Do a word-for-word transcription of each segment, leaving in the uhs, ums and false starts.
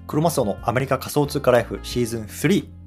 クロマスオのアメリカ仮想通貨ライフシーズンスリー。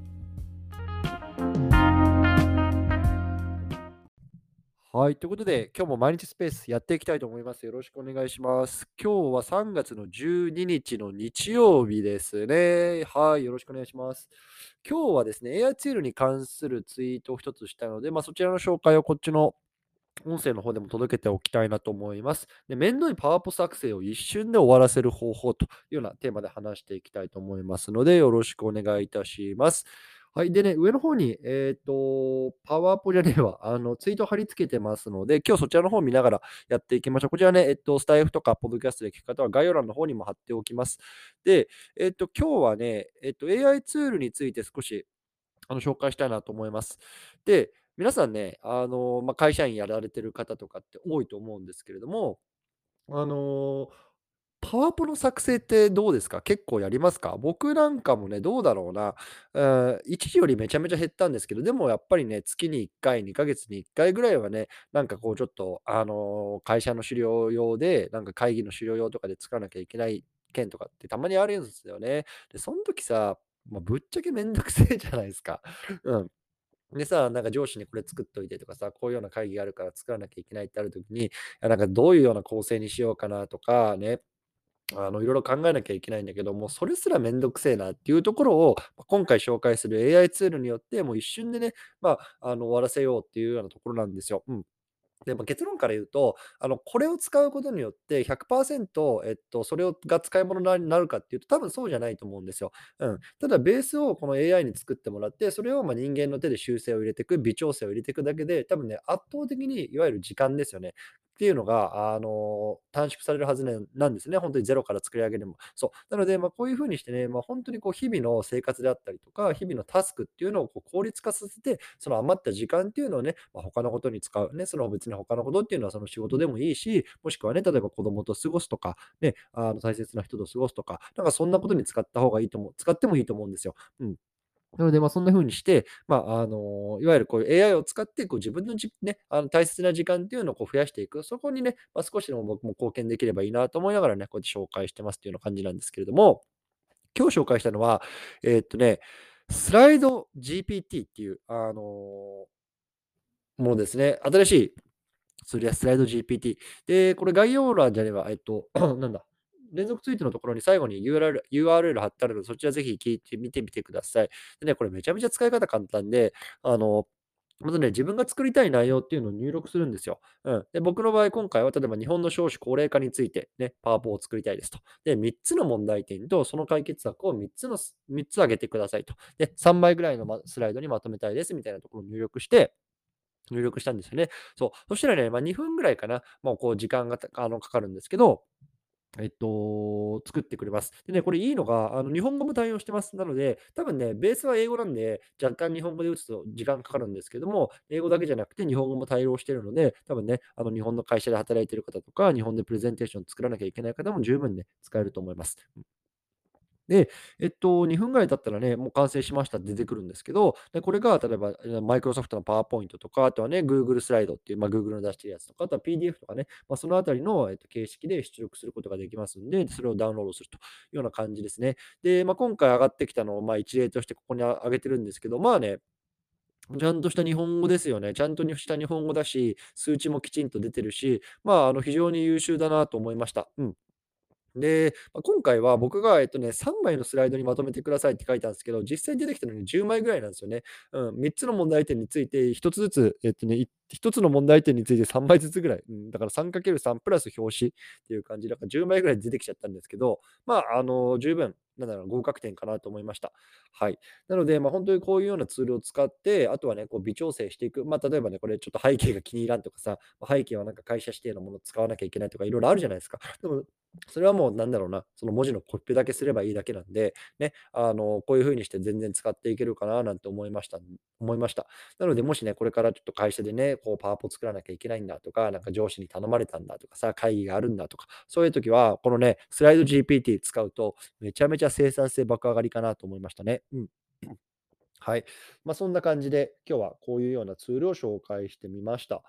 はい。ということで、今日も毎日スペースやっていきたいと思います。よろしくお願いします。今日はさんがつのじゅうににちの日曜日ですね。はい。よろしくお願いします。今日はですね、エーアイ ツールに関するツイートを一つしたので、まあ、そちらの紹介をこっちの音声の方でも届けておきたいなと思います。で、面倒いパワポ作成を一瞬で終わらせる方法というようなテーマで話していきたいと思いますので、よろしくお願いいたします。はい。でね、上の方に、えっと、パワーポじゃねえわ、あの、ツイート貼り付けてますので、今日そちらの方を見ながらやっていきましょう。こちらね、えっと、スタイフとかポッドキャストで聞く方は概要欄の方にも貼っておきます。で、えっと、今日はね、えっと、エーアイ ツールについて少しあの紹介したいなと思います。で、皆さんね、あの、まあ、会社員やられてる方とかって多いと思うんですけれども、あの、パワポの作成ってどうですか？結構やりますか？僕なんかもね、どうだろうな、えー一時よりめちゃめちゃ減ったんですけど、でもやっぱりね、月にいっかい、にかげつにいっかいぐらいはね、なんかこうちょっと、あの、会社の資料用で、なんか会議の資料用とかで作らなきゃいけない件とかってたまにあるんですよね。で、その時さ、まあ、ぶっちゃけめんどくせえじゃないですか。うん。でさ、なんか上司にこれ作っといてとかさ、こういうような会議があるから作らなきゃいけないってあるときに、いやなんかどういうような構成にしようかなとかね、あの、いろいろ考えなきゃいけないんだけど、もうそれすらめんどくせえなっていうところを、ま今回紹介する エーアイ ツールによって、もう一瞬でね、まあ、あの、終わらせようっていうようなところなんですよ。うん。で、まあ、結論から言うと、あの、これを使うことによってひゃくパーセント、えっと、それをが使い物なになるかっていうと、多分そうじゃないと思うんですよ。うん。ただベースをこの エーアイ に作ってもらって、それをま、人間の手で修正を入れていく、微調整を入れていくだけで、多分ね、圧倒的にいわゆる時間ですよね。っていうのが、あの、短縮されるはずねなんですね。本当にゼロから作り上げるも。そう。なので、ま、こういう風にしてね、ま、本当にこう日々の生活であったりとか、日々のタスクっていうのをこう効率化させて、その余った時間っていうのをね、まあ、他のことに使うね、その別に他のことっていうのはその仕事でもいいし、もしくはね、例えば子供と過ごすとか、ね、あの大切な人と過ごすとか、なんかそんなことに使った方がいいと思う使ってもいいと思うんですよ。うん。なので、ま、そんな風にして、まあ、あの、いわゆるこういう エーアイ を使って、こう自分のじね、あの大切な時間っていうのをこう増やしていく、そこにね、まあ、少しでも僕も貢献できればいいなと思いながらね、こうやって紹介してますっていうような感じなんですけれども、今日紹介したのは、えーっとね、スライド ジーピーティー っていう、あの、ものですね。新しいツールやスライド ジーピーティー。で、これ概要欄じゃねば、えっと、なんだ、連続ツイートのところに最後に ユーアールエル、ユーアールエル 貼ってあるので、そちらぜひ聞いてみてみてください。でね、これめちゃめちゃ使い方簡単で、あの、まずね、自分が作りたい内容っていうのを入力するんですよ。うん。で、僕の場合、今回は例えば日本の少子高齢化についてね、パワポを作りたいですと。で、みっつの問題点とその解決策をみっつのす、みっつ挙げてくださいと。で、さんまいぐらいのまスライドにまとめたいですみたいなところを入力して、入力したんですよね。そう。そしたらね、まあ、にふんぐらいかな、もうこう時間がたあの、かかるんですけど、えっと、作ってくれます。でね、これいいのが、あの、日本語も対応してます。なので、多分ね、ベースは英語なんで、若干日本語で打つと時間かかるんですけども、英語だけじゃなくて日本語も対応しているので、多分ね、あの、日本の会社で働いている方とか、日本でプレゼンテーション作らなきゃいけない方も十分ね、使えると思います。で、えっと、にふんぐらい経ったらね、もう完成しましたって出てくるんですけど、で、これが例えば、え、マイクロソフトのパワーポイントとか、あとはね、Google スライドっていう、まあ、Google の出してるやつとか、あとは ピーディーエフ とかね、まあ、そのあたりの、えっと、形式で出力することができますんで、それをダウンロードするというような感じですね。で、まあ、今回上がってきたのを、まあ、一例としてここにあ挙げてるんですけど、まあね、ちゃんとした日本語ですよね。ちゃんとにした日本語だし、数値もきちんと出てるし、まあ、あの、非常に優秀だなと思いました。うん。で、まあ、今回は僕が、えっとね、さんまいのスライドにまとめてくださいって書いたんですけど、実際に出てきたのにじゅうまいぐらいなんですよね。うん、みっつの問題点についてひとつずつ、えっとね、いひとつの問題点についてさんまいずつぐらい、うん、だから さんかけるさん プラス表紙っていう感じだからじゅうまいぐらい出てきちゃったんですけど、まあ、あの、十分、なんだろう、合格点かなと思いました。はい。なので、ま、あ本当にこういうようなツールを使って、あとはね、こう微調整していく。ま、例えばね、これちょっと背景が気に入らんとかさ、ま、背景はなんか会社指定のものを使わなきゃいけないとか色々あるじゃないですか。でもそれはもうなんだろうな、その文字のコピペだけすればいいだけなんで、ね、あの、こういう風にして全然使っていけるかななんて思いました思いました。なので、もしね、これからちょっと会社でね、こうパワポ作らなきゃいけないんだとか、なんか上司に頼まれたんだとかさ、会議があるんだとか、そういう時は、このね、スライド ジーピーティー 使うと、めちゃめちゃ生産性爆上がりかなと思いましたね。うん。はい。まあ、そんな感じで、今日はこういうようなツールを紹介してみました。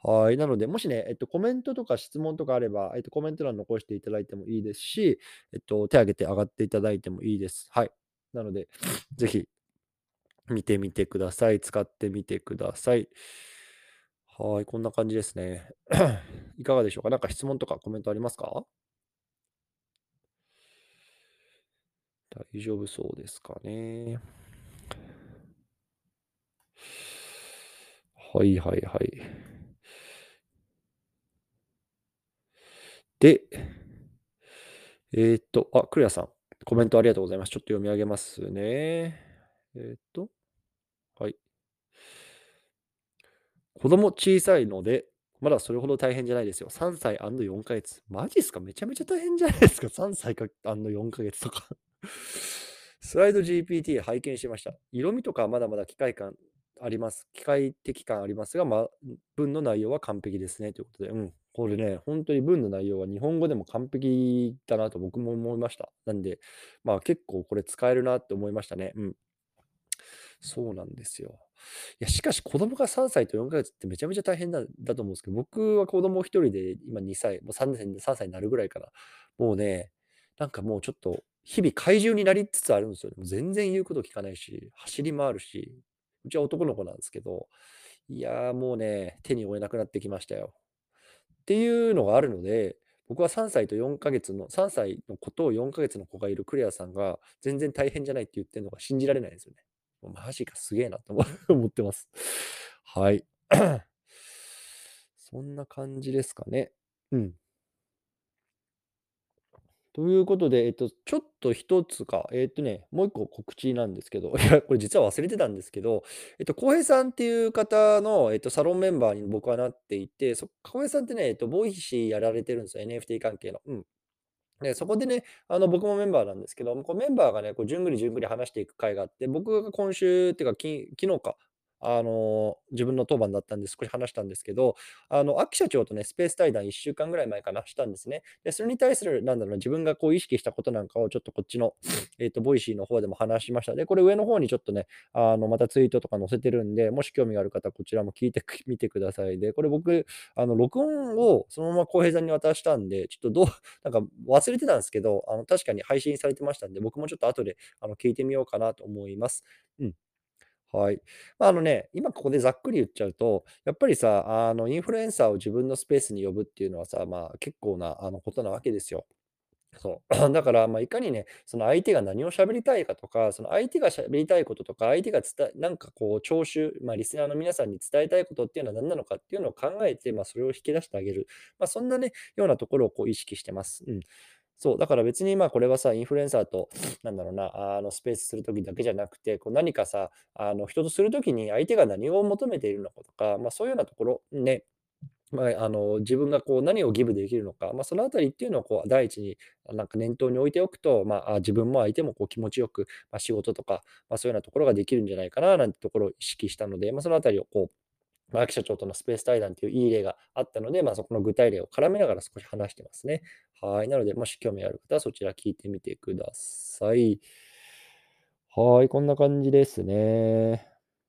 はい。なので、もしね、えっと、コメントとか質問とかあれば、えっと、コメント欄残していただいてもいいですし、えっと、手挙げて上がっていただいてもいいです。はい。なので、ぜひ見てみてください。使ってみてください。はい、こんな感じですね。いかがでしょうか？なんか質問とかコメントありますか？大丈夫そうですかね。はいはいはい。で、えーっと、あ、クレアさん、コメントありがとうございます。ちょっと読み上げますね。えーっと、はい。子供小さいので、まだそれほど大変じゃないですよ。さんさい &よん ヶ月。マジっすか？めちゃめちゃ大変じゃないですか。さんさいか &よん ヶ月とか。スライド ジーピーティー 拝見しました。色味とかはまだまだ機械感あります。機械的感ありますが、まあ、文の内容は完璧ですね。ということで、うん。これね、本当に文の内容は日本語でも完璧だなと僕も思いました。なんで、まあ結構これ使えるなって思いましたね。うん。そうなんですよ。いや、しかし子供がさんさいとよんかげつってめちゃめちゃ大変だだと思うんですけど、僕は子供一人で今にさい、もうさんねんでさんさいになるぐらいかな。もうね、なんかもうちょっと日々怪獣になりつつあるんですよね。もう全然言うこと聞かないし、走り回るし、うちは男の子なんですけど、いやーもうね、手に負えなくなってきましたよ。っていうのがあるので、僕はさんさいとよんかげつの、さんさいの子とよんかげつの子がいるクレアさんが全然大変じゃないって言ってるのが信じられないんですよね。もうマジかすげえなと思思ってます。はい。そんな感じですかね。うん。ということで、えっと、ちょっと一つか、えっとね、もう一個告知なんですけど、いや、これ実は忘れてたんですけど、えっと、浩平さんっていう方の、えっと、サロンメンバーに僕はなっていて、そ浩平さんってね、えっと、ボイシーやられてるんですよ、エヌエフティー 関係の。うん。で、そこでね、あの、僕もメンバーなんですけど、こうメンバーがね、こう、じゅんぐりじゅんぐり話していく会があって、僕が今週っていうか、き昨日か、あの、自分の当番だったんで少し話したんですけど、あの、アキ社長とね、スペース対談いっしゅうかんぐらい前かな、したんですね。で、それに対する、なんだろうな、自分がこう意識したことなんかをちょっとこっちの、えっと、ボイシーの方でも話しました。で、これ上の方にちょっとね、あの、またツイートとか載せてるんで、もし興味がある方、こちらも聞いてみてください。で、これ僕、あの、録音をそのまま浩平さんに渡したんで、ちょっとどうなんか忘れてたんですけど、あの、確かに配信されてましたんで、僕もちょっと後で、あの、聞いてみようかなと思います。うん。はい。まあ、あのね、今ここでざっくり言っちゃうと、やっぱりさ、あの、インフルエンサーを自分のスペースに呼ぶっていうのはさ、まあ、結構な、あの、ことなわけですよ。そう。だから、まあ、いかにね、その相手が何を喋りたいかとか、その相手が喋りたいこととか、相手が伝えなんかこう聴衆、まあ、リスナーの皆さんに伝えたいことっていうのは何なのかっていうのを考えて、まあ、それを引き出してあげる。まあ、そんなね、ようなところをこう意識してます。うん。そう、だから別にまあこれはさ、インフルエンサーと、なんだろうな、あのスペースするときだけじゃなくて、こう何かさ、あの人とするときに相手が何を求めているのかとか、まあそういうようなところね、まあ、あの、自分がこう何をギブできるのか、まあ、そのあたりっていうのをこう第一になんか念頭に置いておくと、まあ、あ自分も相手もこう気持ちよく、まあ、仕事とか、まあ、そういうようなところができるんじゃないかななんてところを意識したので、まあ、そのあたりをこう、まあ、秋社長とのスペース対談といういい例があったので、まあ、そこの具体例を絡めながら少し話してますね。はい。なので、もし興味ある方はそちら聞いてみてください。はい。こんな感じですね。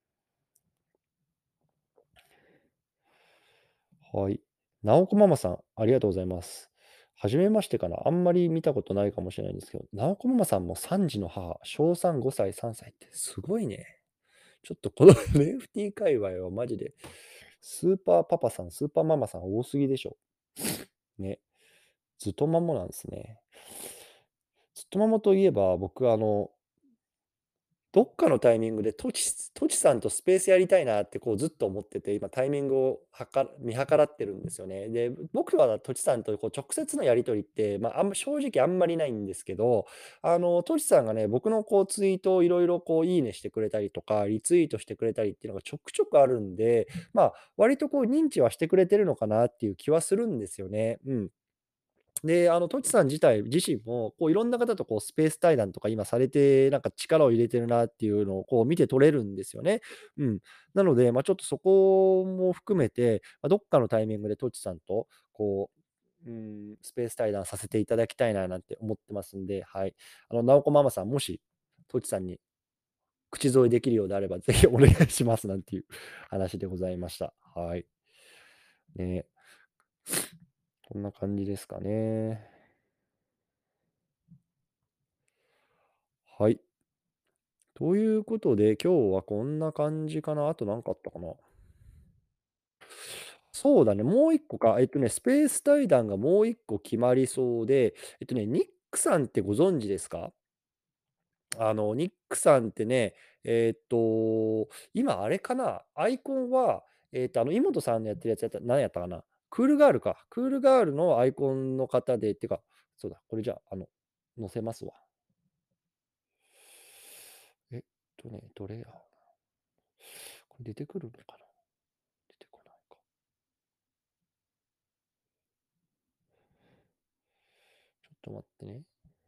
はい。なおこママさん、ありがとうございます。はじめましてかな。あんまり見たことないかもしれないんですけど、なおこママさんもさん児の母、小さん、ごさい、さんさいってすごいね。ちょっとこの エヌエフティー 界隈はマジで、スーパーパパさん、スーパーママさん多すぎでしょ。ね。ずっとマモなんですね。ずっとマモといえば、僕あの、どっかのタイミングで、トチトチさんとスペースやりたいなってこうずっと思ってて、今タイミングをはか見計らってるんですよね。で、僕はトチさんとこう直接のやり取りって、まあ、あんま正直あんまりないんですけど、あの、トチさんがね、僕のこうツイートをいろいろこういいねしてくれたりとか、リツイートしてくれたりっていうのがちょくちょくあるんで、まあ、割とこう認知はしてくれてるのかなっていう気はするんですよね。うん。で、あの、トチさん自体自身も、こういろんな方とこうスペース対談とか今されて、なんか力を入れてるなっていうのをこう見て取れるんですよね。うん。なので、ま、ちょっとそこも含めて、ま、どっかのタイミングでトチさんと、こう、うーん、スペース対談させていただきたいななんて思ってますんで、はい。あの、ナオコママさん、もし、トチさんに口添えできるようであれば、ぜひお願いしますなんていう話でございました。はい。 ね。こんな感じですかね。はい。ということで、今日はこんな感じかな。あと何かあったかな。そうだね、もう一個か。えっとね、スペース対談がもう一個決まりそうで、えっとね、ニックさんってご存知ですか？あの、ニックさんってね、えーっと、今あれかな、アイコンは、えーっと、あの、イモトさんのやってるやつやった何やったかな。クールガールか。クールガールのアイコンの方で、ってか、そうだ、これじゃあ、あの、載せますわ。えっとね、どれや。これ出てくるのかな。出てこないか。ちょっと待ってね。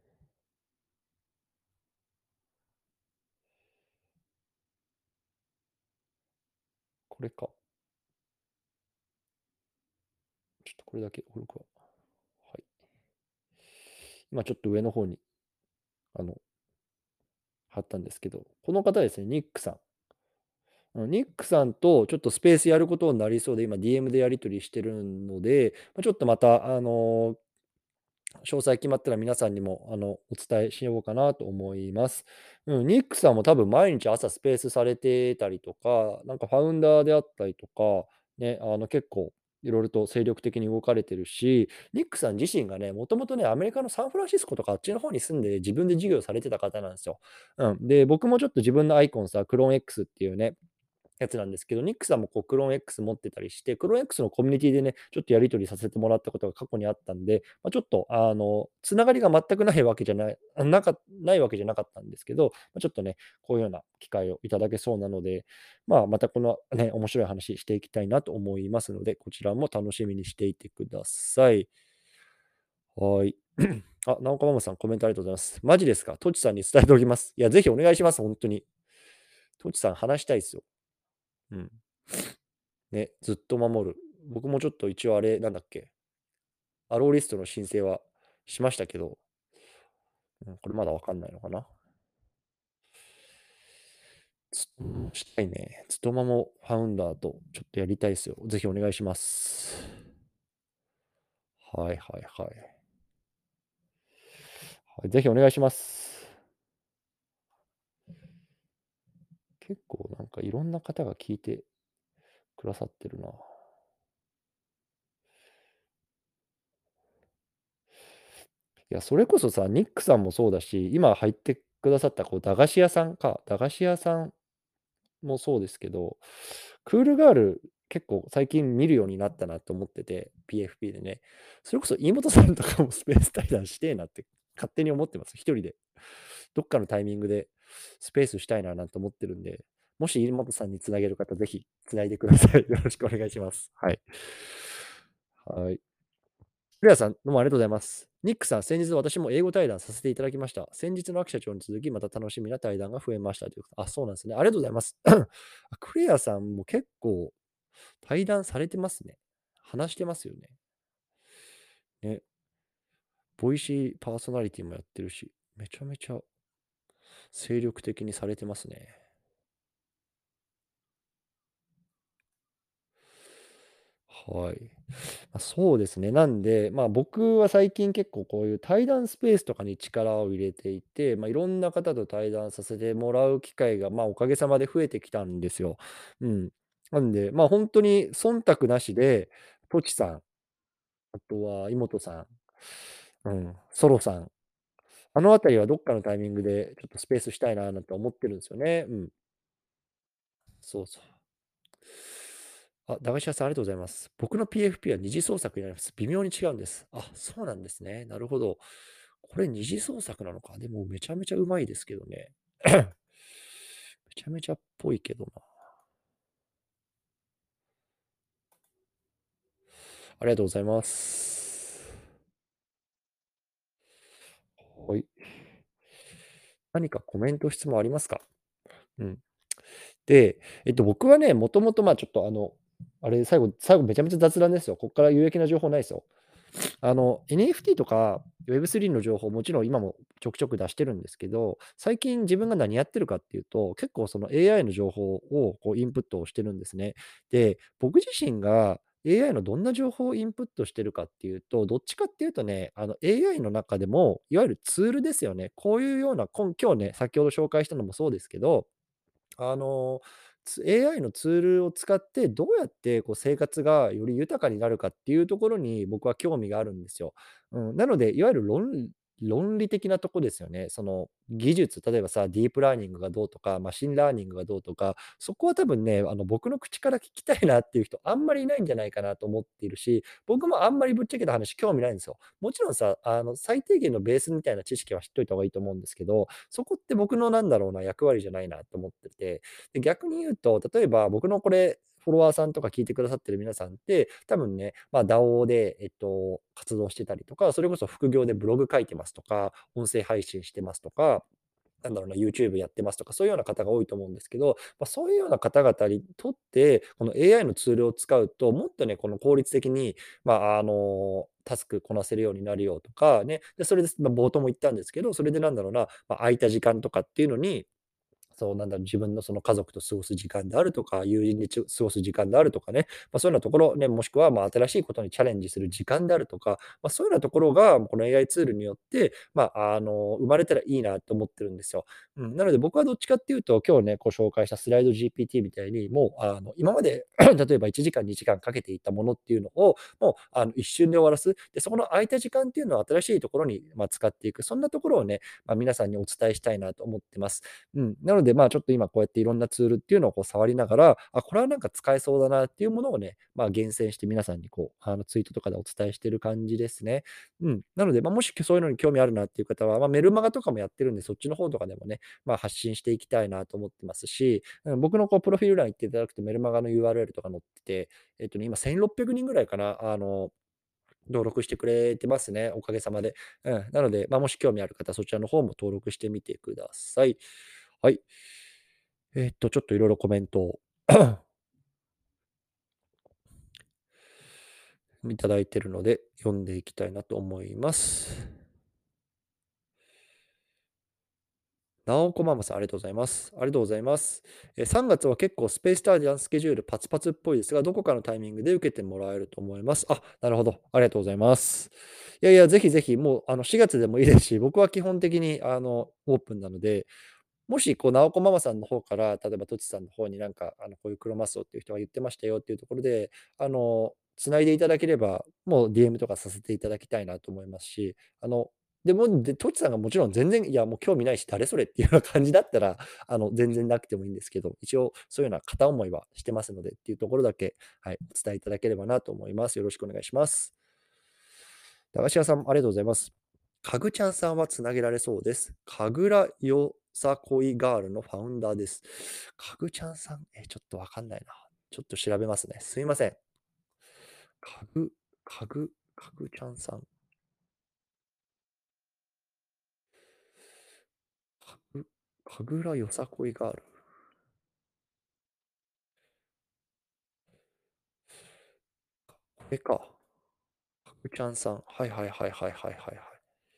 これか。ちょっとこれだけ送るか。はい。今ちょっと上の方に、あの、貼ったんですけど、この方ですね、ニックさん。うんニックさんとちょっとスペースやることになりそうで、今 ディーエム でやり取りしてるので、まあちょっとまた、あの詳細決まったら皆さんにもあのお伝えしようかなと思います。うん、ニックさんも多分毎日朝スペースされてたりとか、なんかファウンダーであったりとか、ね、あの結構いろいろと精力的に動かれてるし、ニックさん自身がね、もともとね、アメリカのサンフランシスコとかあっちの方に住んで自分で事業されてた方なんですよ。うん、で、僕もちょっと自分のアイコンさ、クローン X っていうね、やつなんですけど、ニックさんもこうクローン X 持ってたりして、クローン X のコミュニティでね、ちょっとやり取りさせてもらったことが過去にあったんで、まあ、ちょっと、あの、つながりが全くないわけじゃない、あなかないわけじゃなかったんですけど、まあ、ちょっとね、こういうような機会をいただけそうなので、まあ、またこのね、面白い話していきたいなと思いますので、こちらも楽しみにしていてください。はい。あ、直岡ママさん、コメントありがとうございます。マジですか？トチさんに伝えておきます。いや、ぜひお願いします、本当に。トチさん話したいですよ。うん。ね、ずっと守る。僕もちょっと一応あれ、なんだっけ、アローリストの申請はしましたけど、うん、これまだわかんないのかな。つしたいね。つとまもファウンダーとちょっとやりたいですよ。ぜひお願いします。はいはいはい。はい、ぜひお願いします。結構なんかいろんな方が聞いてくださってるな。いや、それこそさ、ニックさんもそうだし、今入ってくださったこう駄菓子屋さんか、駄菓子屋さんもそうですけど、クールガール結構最近見るようになったなと思ってて、ピーエフピー でね。それこそ妹さんとかもスペース対談してえなって勝手に思ってます。一人で。どっかのタイミングでスペースしたいななんて思ってるんで、もし妹さんにつなげる方、ぜひつないでください。よろしくお願いします。はい。はい。クレアさん、どうもありがとうございます。ニックさん、先日私も英語対談させていただきました。先日のアキ社長に続き、また楽しみな対談が増えましたということ。あ、そうなんですね。ありがとうございます。クレアさんも結構対談されてますね。話してますよね。ね。ボイシーパーソナリティもやってるし、めちゃめちゃ精力的にされてますね。はい。まあ、そうですね。なんで、まあ、僕は最近結構こういう対談スペースとかに力を入れていて、まあ、いろんな方と対談させてもらう機会が、まあ、おかげさまで増えてきたんですよ。うん。なんで、まあ、本当に忖度なしで、トチさん、あとは妹さん、うん、ソロさん、あのあたりはどっかのタイミングでちょっとスペースしたいななんて思ってるんですよね。うん。そうそう。あ、駄菓子屋さんありがとうございます。僕の ピーエフピー は二次創作になります。微妙に違うんです。あ、そうなんですね。なるほど。これ二次創作なのか。でもめちゃめちゃうまいですけどね。めちゃめちゃっぽいけどな。ありがとうございます。はい。何かコメント、質問ありますか？うん。で、えっと、僕はね、もともと、まあちょっとあの、あれ、最後、最後めちゃめちゃ雑談ですよ。ここから有益な情報ないですよ。あの、エヌエフティー とか ウェブスリー の情報、もちろん今もちょくちょく出してるんですけど、最近自分が何やってるかっていうと、結構その エーアイ の情報をこうインプットをしてるんですね。で、僕自身がエーアイ のどんな情報をインプットしてるかっていうと、どっちかっていうとね、あの エーアイ の中でも、いわゆるツールですよね。こういうような、こん今日ね、先ほど紹介したのもそうですけど、あの、つ エーアイ のツールを使って、どうやってこう生活がより豊かになるかっていうところに、僕は興味があるんですよ。うん、なので、いわゆる論論理的なとこですよね。その技術、例えばさ、ディープラーニングがどうとか、マシンラーニングがどうとか、そこは多分ね、あの僕の口から聞きたいなっていう人、あんまりいないんじゃないかなと思っているし、僕もあんまりぶっちゃけた話、興味ないんですよ。もちろんさ、あの最低限のベースみたいな知識は知っといた方がいいと思うんですけど、そこって僕のなんだろうな、役割じゃないなと思ってて、で、逆に言うと、例えば僕のこれ、フォロワーさんとか聞いてくださってる皆さんって、多分ね、まあ、ダオ で、えっと、活動してたりとか、それこそ副業でブログ書いてますとか、音声配信してますとか、なんだろうな、YouTube やってますとか、そういうような方が多いと思うんですけど、まあ、そういうような方々にとって、この エーアイ のツールを使うと、もっとね、この効率的に、まあ、あの、タスクこなせるようになるよとかね、で、それで、まあ、冒頭も言ったんですけど、それでなんだろうな、まあ、空いた時間とかっていうのに、そうなんだろう、自分のその家族と過ごす時間であるとか、友人でち過ごす時間であるとかね、まあ、そういうようなところね、もしくはまあ新しいことにチャレンジする時間であるとか、まあ、そういうようなところが、この エーアイ ツールによって、まあ、あの、生まれたらいいなと思ってるんですよ。うん、なので僕はどっちかっていうと、今日ね、ご紹介したスライド ジーピーティー みたいに、もうあの今まで例えばいちじかん、にじかんかけていたものっていうのを、もうあの一瞬で終わらす。で、そこの空いた時間っていうのを新しいところに、まあ、使っていく。そんなところをね、まあ、皆さんにお伝えしたいなと思ってます。うん、なので、まあ、ちょっと今こうやっていろんなツールっていうのをこう触りながら、あ、これはなんか使えそうだなっていうものをね、まあ、厳選して皆さんにこう、あのツイートとかでお伝えしてる感じですね。うん。なので、まあ、もしそういうのに興味あるなっていう方は、まあ、メルマガとかもやってるんで、そっちの方とかでもね、まあ、発信していきたいなと思ってますし、うん、僕のこうプロフィール欄行っていただくとメルマガの ユーアールエル とか載ってて、えっとね、今せんろっぴゃくにんぐらいかな、あの、登録してくれてますね、おかげさまで。うん、なので、まあ、もし興味ある方、そちらの方も登録してみてください。はい。えーっと、ちょっといろいろコメントをいただいているので、読んでいきたいなと思います。なおこママさん、ありがとうございます。ありがとうございます。えーさんがつは結構スペースタージャンスケジュールパツパツっぽいですが、どこかのタイミングで受けてもらえると思います。あ、なるほど。ありがとうございます。いやいや、ぜひぜひ、もうあのしがつでもいいですし、僕は基本的にあのオープンなので、もし、こう、直子ママさんの方から、例えば、とちさんの方になんか、あの、こういうクロマスオっていう人が言ってましたよっていうところで、あの、繋いでいただければ、もう ディーエム とかさせていただきたいなと思いますし、あの、でも、で、とちさんがもちろん全然、いや、もう興味ないし、誰それっていうような感じだったら、あの、全然なくてもいいんですけど、一応、そういうような片思いはしてますのでっていうところだけ、はい、お伝えいただければなと思います。よろしくお願いします。駄菓子屋さん、ありがとうございます。かぐちゃんさんはつなげられそうです。かぐらよさこいガールのファウンダーです。かぐちゃんさん、え、ちょっとわかんないな。ちょっと調べますね。すいません。かぐ、かぐ、かぐちゃんさん。かぐ、かぐらよさこいガール。これか。かぐちゃんさん。はいはいはいはいはいはいはい。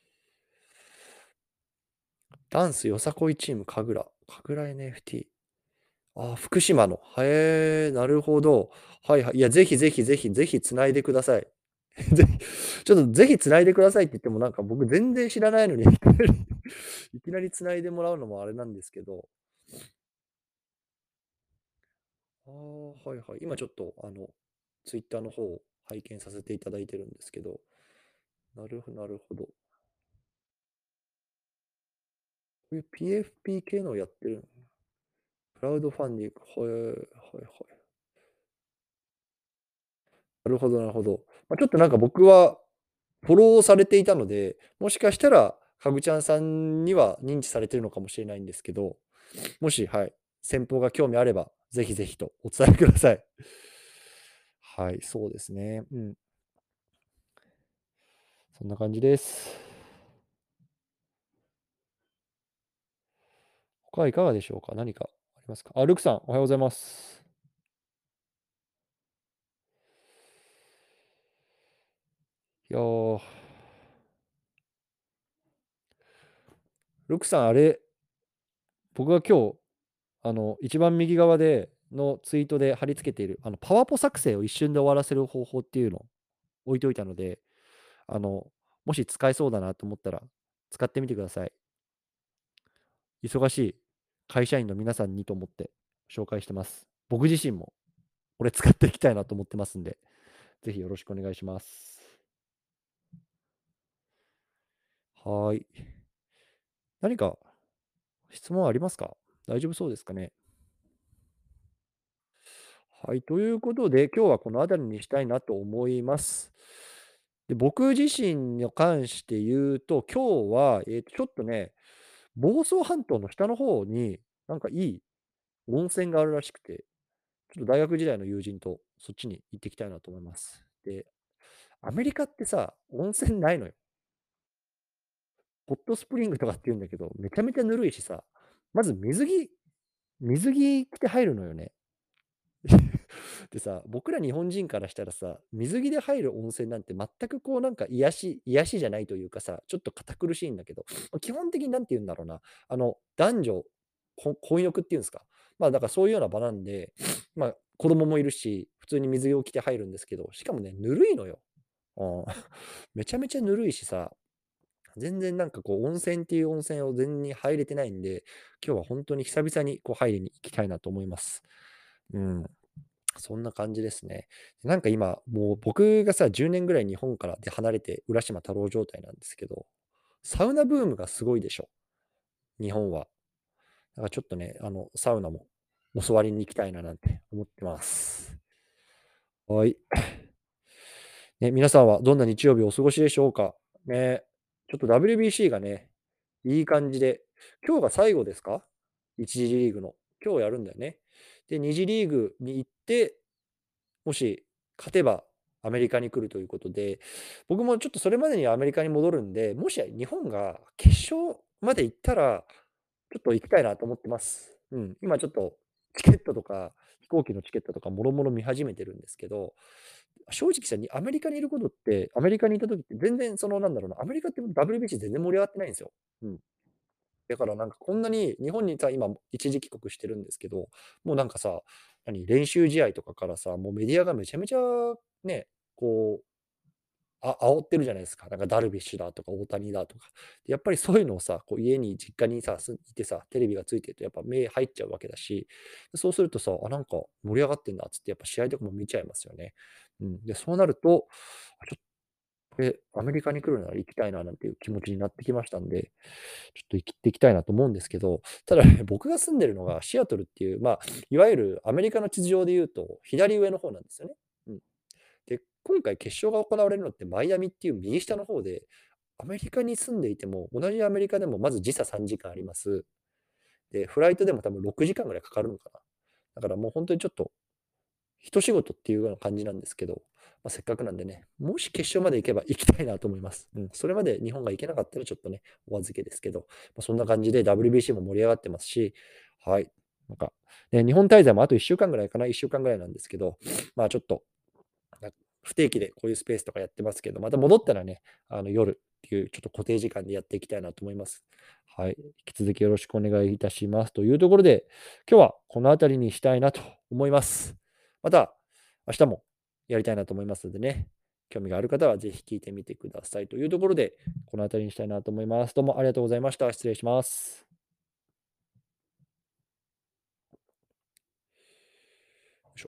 ダンスよさこいチームかぐら。かぐら エヌエフティー。ああ、福島の。へえ、なるほど。はいはい。いや、ぜひぜひぜひぜひつないでください。ぜひ、ちょっとぜひつないでくださいって言ってもなんか僕全然知らないのにいきなりいきなりつないでもらうのもあれなんですけど。ああ、はいはい。今ちょっとあの、ツイッターの方を拝見させていただいてるんですけど。なるほど、なるほど。こういう ピーエフピー 系のをやってる。クラウドファンディング。はいはいはい。なるほど、なるほど。まあ、ちょっとなんか僕はフォローされていたので、もしかしたら、かぐちゃんさんには認知されてるのかもしれないんですけど、もし、はい、先方が興味あれば、ぜひぜひとお伝えください。はい、そうですね。うん。そんな感じです。他はいかがでしょうか？何かありますか？あ、ルクさん、おはようございます。いやー、ルクさん、あれ、僕が今日、あの、一番右側でのツイートで貼り付けている、あの、パワポ作成を一瞬で終わらせる方法っていうのを置いといたので、あの、もし使えそうだなと思ったら使ってみてください。忙しい会社員の皆さんにと思って紹介してます。僕自身もこれ使っていきたいなと思ってますんで、ぜひよろしくお願いします。はーい。何か質問ありますか？大丈夫そうですかね？はい、ということで、今日はこの辺りにしたいなと思います。で、僕自身に関して言うと、今日は、えっと、ちょっとね、房総半島の下の方に、なんかいい温泉があるらしくて、ちょっと大学時代の友人とそっちに行ってきたいなと思います。で、アメリカってさ、温泉ないのよ。ホットスプリングとかって言うんだけど、めちゃめちゃぬるいしさ、まず水着水着着て入るのよね。でさ、僕ら日本人からしたらさ、水着で入る温泉なんて全くこうなんか癒し癒しじゃないというかさ、ちょっと堅苦しいんだけど、基本的になんて言うんだろうな、あの、男女こ混浴っていうんですか。まあ、だからそういうような場なんで、まあ、子供もいるし、普通に水着を着て入るんですけど、しかもね、ぬるいのよ。うん。めちゃめちゃぬるいしさ、全然なんかこう温泉っていう温泉を全然に入れてないんで、今日は本当に久々にこう入りに行きたいなと思います。うん。そんな感じですね。なんか今、もう僕がさ、じゅうねんぐらい日本からで離れて浦島太郎状態なんですけど、サウナブームがすごいでしょ、日本は。だからちょっとね、あの、サウナも教わりに行きたいななんて思ってます。はい。ね、皆さんはどんな日曜日をお過ごしでしょうか。ね、ちょっと ダブリュービーシー がね、いい感じで、今日が最後ですか？ いち 次リーグの。今日やるんだよね。で、に次リーグに行って、もし勝てばアメリカに来るということで、僕もちょっとそれまでにはアメリカに戻るんで、もし日本が決勝まで行ったら、ちょっと行きたいなと思ってます。うん、今ちょっとチケットとか、飛行機のチケットとかもろもろ見始めてるんですけど、正直さ、にアメリカにいることって、アメリカにいた時って全然そのなんだろうな、アメリカって ダブリュービーシー 全然盛り上がってないんですよ。うん。だからなんかこんなに日本にさ、今一時帰国してるんですけど、もうなんかさ、何、練習試合とかからさ、もうメディアがめちゃめちゃね、こう、あ煽ってるじゃないですか。なんかダルビッシュだとか大谷だとか。やっぱりそういうのをさ、こう家に実家にさ、すいてさ、テレビがついてるとやっぱ目入っちゃうわけだし、そうするとさ、あ、なんか盛り上がってんだっつってやっぱ試合とかも見ちゃいますよね。うん。で、そうなると、あ、ちょっとこれアメリカに来るなら行きたいななんていう気持ちになってきましたんで、ちょっと行っていきたいなと思うんですけど、ただね、僕が住んでるのがシアトルっていう、まあ、いわゆるアメリカの地図上で言うと、左上の方なんですよね。うん。で、今回決勝が行われるのってマイアミっていう右下の方で、アメリカに住んでいても、同じアメリカでもまず時差さんじかんあります。で、フライトでも多分ろくじかんぐらいかかるのかな。だからもう本当にちょっと一仕事っていうような感じなんですけど、まあ、せっかくなんでね、もし決勝まで行けば行きたいなと思います。うん、それまで日本が行けなかったらちょっとね、お預けですけど、まあ、そんな感じで ダブリュービーシー も盛り上がってますし、はい。なんか、ね、日本滞在もあといっしゅうかんぐらいかな、いっしゅうかんぐらいなんですけど、まあちょっと、不定期でこういうスペースとかやってますけど、また戻ったらね、あの夜っていうちょっと固定時間でやっていきたいなと思います。はい。引き続きよろしくお願いいたします。というところで、今日はこの辺りにしたいなと思います。また、明日もやりたいなと思いますのでね、興味がある方はぜひ聞いてみてくださいというところで、この辺りにしたいなと思います。どうもありがとうございました。失礼します。